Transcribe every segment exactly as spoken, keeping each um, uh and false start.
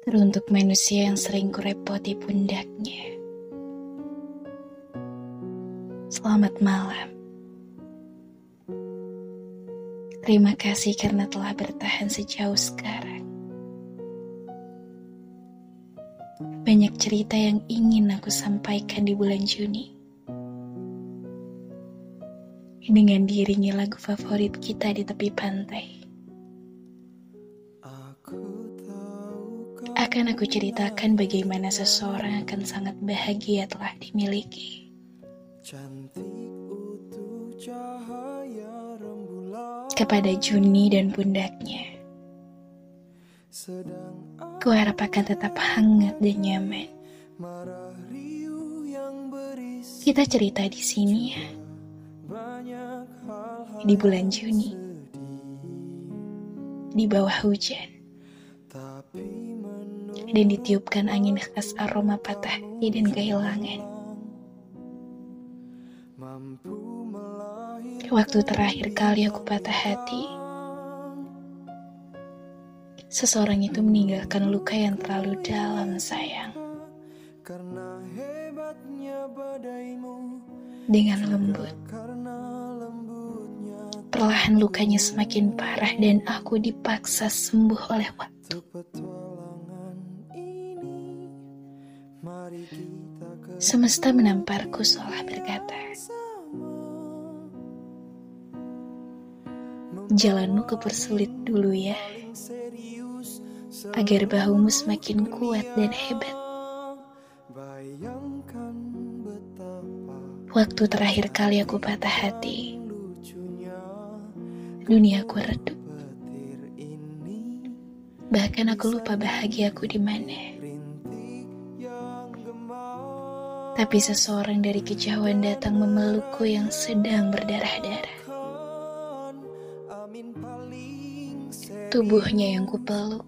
Teruntuk manusia yang sering kurepoti pundaknya. Selamat malam. Terima kasih karena telah bertahan sejauh sekarang. Banyak cerita yang ingin aku sampaikan di bulan Juni. Dengan diiringi lagu favorit kita di tepi pantai. Akan aku ceritakan bagaimana seseorang akan sangat bahagia telah dimiliki. Kepada Juni dan pundaknya, kuharap akan tetap hangat dan nyaman. Kita cerita di sini ya, di bulan Juni, di bawah hujan, dan ditiupkan angin khas aroma patah hati dan kehilangan. Waktu terakhir kali aku patah hati, seseorang itu meninggalkan luka yang terlalu dalam, sayang. Dengan lembut, perlahan lukanya semakin parah dan aku dipaksa sembuh oleh waktu. Semesta menamparku seolah berkata, jalanmu kupersulit dulu ya, agar bahumu semakin kuat dan hebat. Waktu terakhir kali aku patah hati, duniaku redup. Bahkan aku lupa bahagiaku di mana. Tapi seseorang dari kejauhan datang memelukku yang sedang berdarah-darah. Tubuhnya yang kupeluk,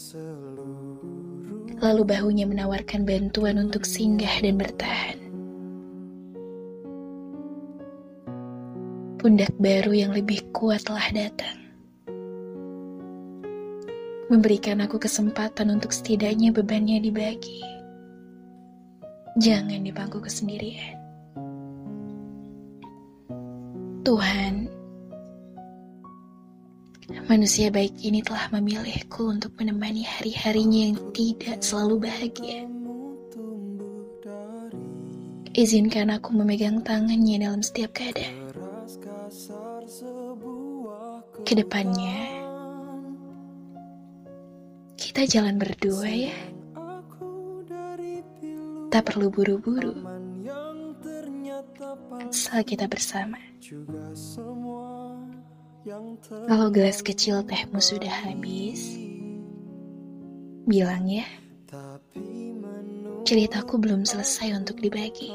lalu bahunya menawarkan bantuan untuk singgah dan bertahan. Pundak baru yang lebih kuat telah datang, memberikan aku kesempatan untuk setidaknya bebannya dibagi. Jangan dipangku kesendirian. Tuhan, manusia baik ini telah memilihku untuk menemani hari-harinya yang tidak selalu bahagia. Izinkan aku memegang tangannya dalam setiap keadaan. Kedepannya, kita jalan berdua ya. Tak perlu buru-buru, asal kita bersama. Kalau gelas kecil tehmu sudah habis, bilang ya, ceritaku belum selesai untuk dibagi.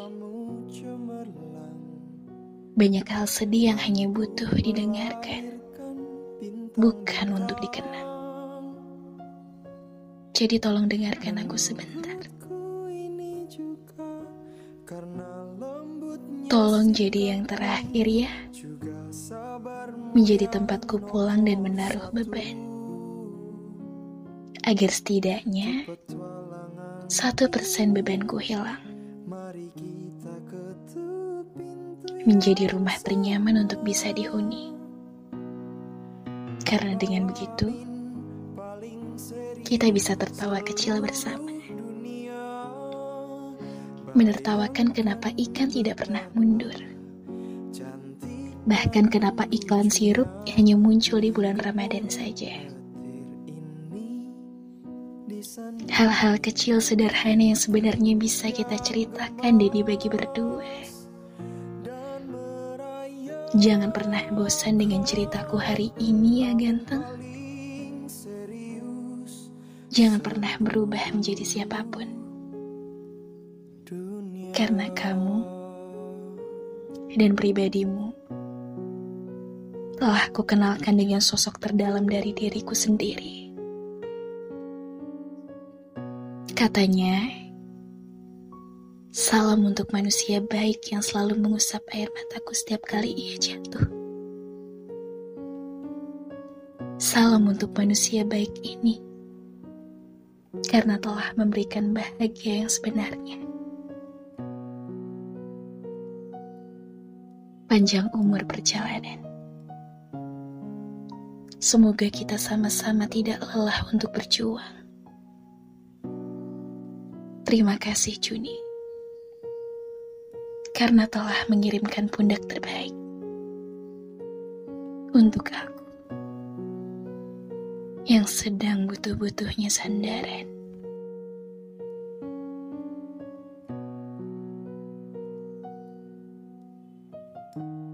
Banyak hal sedih yang hanya butuh didengarkan, bukan untuk dikenang. Jadi tolong dengarkan aku sebentar. Tolong jadi yang terakhir ya, menjadi tempatku pulang dan menaruh beban, agar setidaknya satu persen bebanku hilang, menjadi rumah ternyaman untuk bisa dihuni. Karena dengan begitu, kita bisa tertawa kecil bersama, menertawakan kenapa ikan tidak pernah mundur. Bahkan kenapa iklan sirup hanya muncul di bulan Ramadan saja. Hal-hal kecil sederhana yang sebenarnya bisa kita ceritakan dan dibagi berdua. Jangan pernah bosan dengan ceritaku hari ini ya ganteng. Jangan pernah berubah menjadi siapapun. Karena kamu dan pribadimu telah kukenalkan dengan sosok terdalam dari diriku sendiri. Katanya, salam untuk manusia baik yang selalu mengusap air mataku setiap kali ia jatuh. Salam untuk manusia baik ini karena telah memberikan bahagia yang sebenarnya. Panjang umur perjalanan. Semoga kita sama-sama tidak lelah untuk berjuang. Terima kasih Juni, karena telah mengirimkan pundak terbaik untuk aku yang sedang butuh-butuhnya sandaran. Thank you.